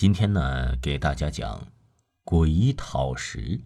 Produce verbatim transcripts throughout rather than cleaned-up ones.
今天呢，给大家讲鬼讨食。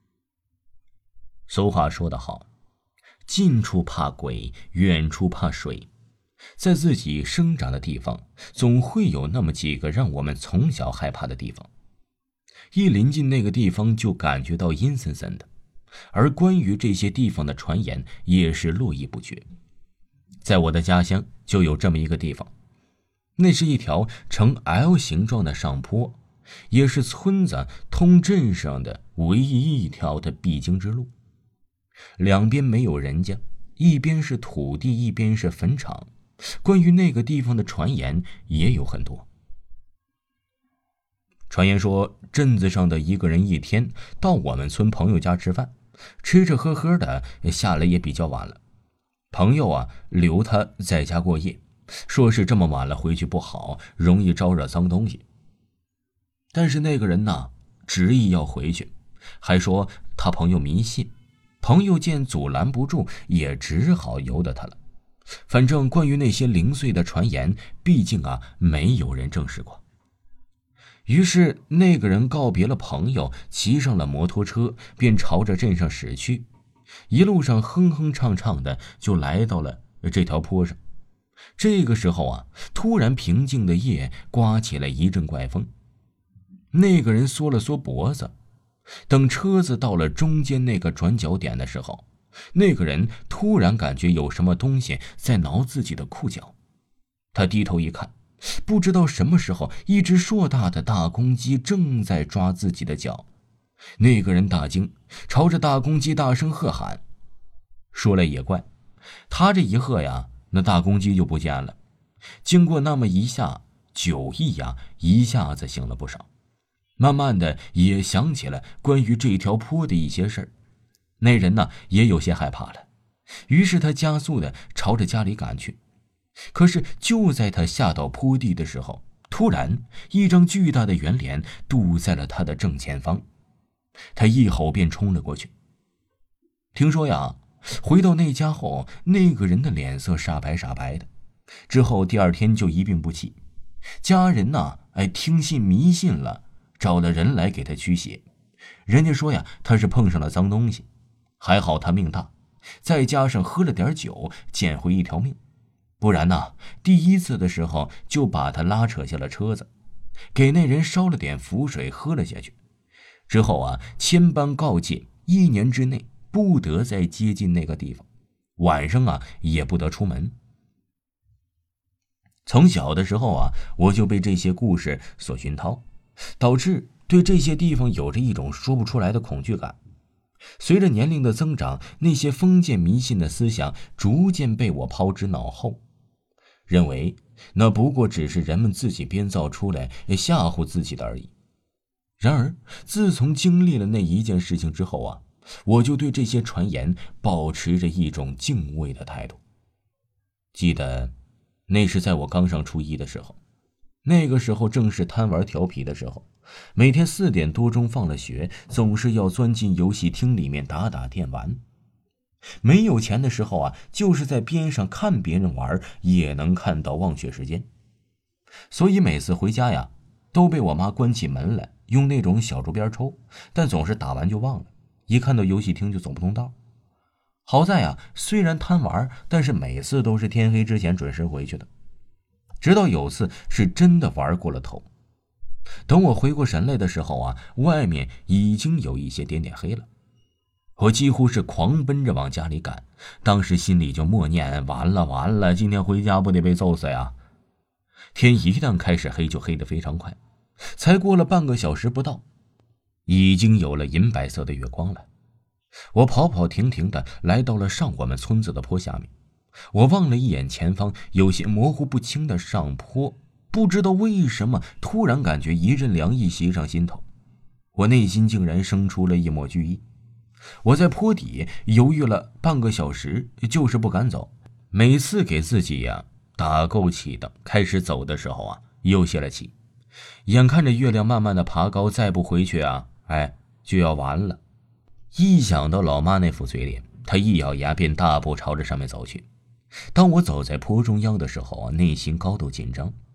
俗话说得好，近处怕鬼，远处怕水。在自己生长的地方，总会有那么几个让我们从小害怕的地方。一临近那个地方，就感觉到阴森森的。而关于这些地方的传言也是络绎不绝。在我的家乡就有这么一个地方，那是一条呈 L 形状的上坡，也是村子通镇上的唯一一条的必经之路。两边没有人家，一边是土地，一边是坟场。关于那个地方的传言也有很多。传言说，镇子上的一个人一天到我们村朋友家吃饭，吃着喝喝的下来也比较晚了。朋友啊留他在家过夜，说是这么晚了回去不好，容易招惹脏东西。但是那个人呢，执意要回去，还说他朋友迷信。朋友见阻拦不住，也只好由得他了。反正关于那些零碎的传言，毕竟啊没有人证实过。于是那个人告别了朋友，骑上了摩托车，便朝着镇上驶去。一路上哼哼唱唱的，就来到了这条坡上。这个时候啊，突然平静的夜刮起了一阵怪风。那个人缩了缩脖子，等车子到了中间那个转角点的时候，那个人突然感觉有什么东西在挠自己的裤脚。他低头一看，不知道什么时候，一只硕大的大公鸡正在抓自己的脚。那个人大惊，朝着大公鸡大声喝喊。说来也怪，他这一喝呀，那大公鸡就不见了。经过那么一下，酒意呀一下子醒了不少，慢慢的也想起了关于这条坡的一些事儿。那人呢也有些害怕了，于是他加速的朝着家里赶去。可是就在他下到坡地的时候，突然一张巨大的圆脸堵在了他的正前方。他一吼便冲了过去。听说呀，回到那家后，那个人的脸色煞白煞白的，之后第二天就一病不起。家人呢哎听信迷信了，找了人来给他驱邪。人家说呀，他是碰上了脏东西，还好他命大，再加上喝了点酒，捡回一条命。不然呢，第一次的时候就把他拉扯下了车子，给那人烧了点符水喝了下去。之后啊，千般告诫，一年之内不得再接近那个地方，晚上啊也不得出门。从小的时候啊，我就被这些故事所熏陶，导致对这些地方有着一种说不出来的恐惧感。随着年龄的增长，那些封建迷信的思想逐渐被我抛之脑后，认为那不过只是人们自己编造出来吓唬自己的而已。然而自从经历了那一件事情之后啊，我就对这些传言保持着一种敬畏的态度。记得那是在我刚上初一的时候，那个时候正是贪玩调皮的时候，每天四点多钟放了学，总是要钻进游戏厅里面打打电玩。没有钱的时候啊，就是在边上看别人玩，也能看到忘却时间。所以每次回家呀，都被我妈关起门来，用那种小竹鞭抽，但总是打完就忘了，一看到游戏厅就走不动道。好在啊，虽然贪玩，但是每次都是天黑之前准时回去的。直到有次是真的玩过了头，等我回过神来的时候啊，外面已经有一些点点黑了。我几乎是狂奔着往家里赶，当时心里就默念，完了完了，今天回家不得被揍死呀。天一旦开始黑，就黑得非常快，才过了半个小时不到，已经有了银白色的月光了。我跑跑停停的来到了上我们村子的坡下面，我望了一眼前方有些模糊不清的上坡，不知道为什么突然感觉一阵凉意袭上心头，我内心竟然生出了一抹惧意。我在坡底犹豫了半个小时，就是不敢走。每次给自己呀、啊、打够气的开始走的时候啊，又泄了气。眼看着月亮慢慢的爬高，再不回去啊，哎，就要完了。一想到老妈那副嘴脸，她一咬牙便大步朝着上面走去。当我走在坡中央的时候啊，内心高度紧张，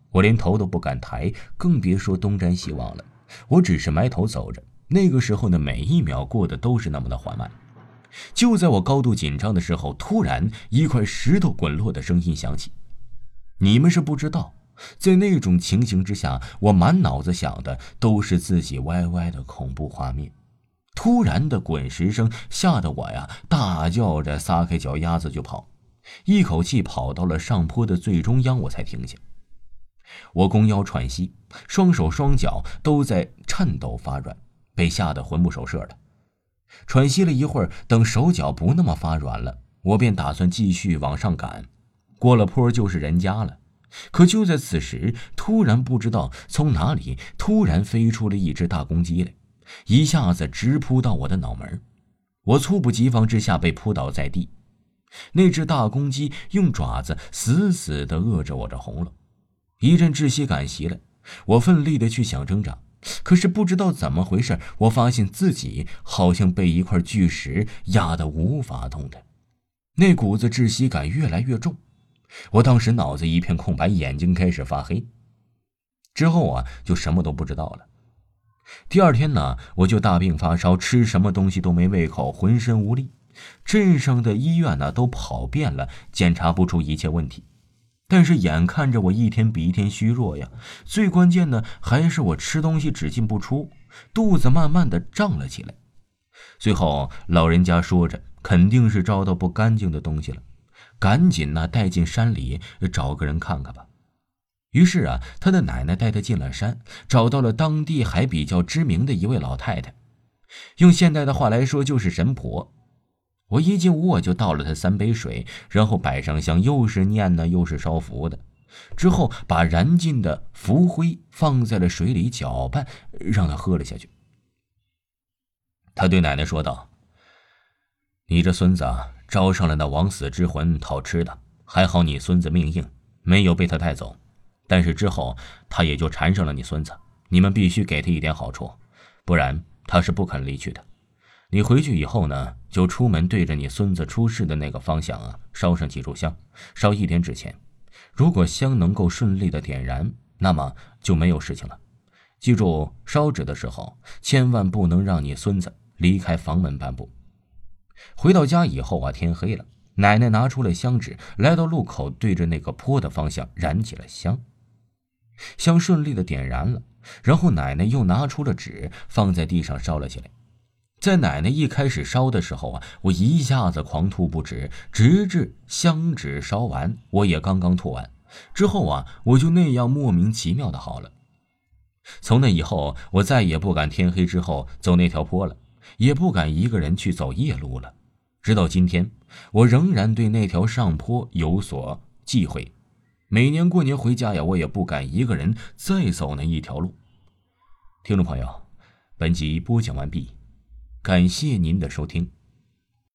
我连头都不敢抬，更别说东张西望了。我只是埋头走着，那个时候的每一秒过得都是那么的缓慢。就在我高度紧张的时候，突然一块石头滚落的声音响起。你们是不知道，在那种情形之下，我满脑子想的都是自己歪歪的恐怖画面。突然的滚石声吓得我呀大叫着撒开脚丫子就跑，一口气跑到了上坡的最中央，我才停下。我弓腰喘息，双手双脚都在颤抖发软，被吓得魂不守舍的。喘息了一会儿，等手脚不那么发软了，我便打算继续往上赶。过了坡就是人家了。可就在此时，突然不知道从哪里突然飞出了一只大公鸡来，一下子直扑到我的脑门。我猝不及防之下被扑倒在地。那只大公鸡用爪子死死地扼着我的喉咙，一阵窒息感袭来，我奋力地去想挣扎，可是不知道怎么回事，我发现自己好像被一块巨石压得无法动弹，那股子窒息感越来越重。我当时脑子一片空白，眼睛开始发黑。之后啊，就什么都不知道了。第二天呢，我就大病发烧，吃什么东西都没胃口，浑身无力。镇上的医院呢都跑遍了，检查不出一切问题。但是眼看着我一天比一天虚弱呀，最关键的还是我吃东西只进不出，肚子慢慢的胀了起来。最后老人家说着，肯定是招到不干净的东西了，赶紧呢带进山里找个人看看吧。于是啊，他的奶奶带他进了山，找到了当地还比较知名的一位老太太，用现代的话来说就是神婆。我一进屋我就倒了他三杯水，然后摆上香，又是念呢又是烧符的，之后把燃尽的符灰放在了水里搅拌，让他喝了下去。他对奶奶说道：你这孙子啊，招上了那枉死之魂讨吃的，还好你孙子命硬，没有被他带走，但是之后他也就缠上了你孙子，你们必须给他一点好处，不然他是不肯离去的。你回去以后呢，就出门对着你孙子出事的那个方向啊，烧上几炷香，烧一点纸钱。如果香能够顺利的点燃，那么就没有事情了。记住，烧纸的时候千万不能让你孙子离开房门半步。回到家以后啊，天黑了，奶奶拿出了香纸，来到路口，对着那个坡的方向燃起了香。香顺利的点燃了，然后奶奶又拿出了纸，放在地上烧了起来。在奶奶一开始烧的时候啊，我一下子狂吐不止，直至香纸烧完，我也刚刚吐完。之后啊，我就那样莫名其妙的好了。从那以后，我再也不敢天黑之后走那条坡了，也不敢一个人去走夜路了。直到今天，我仍然对那条上坡有所忌讳。每年过年回家呀，我也不敢一个人再走那一条路。听众朋友，本集播讲完毕。感谢您的收听。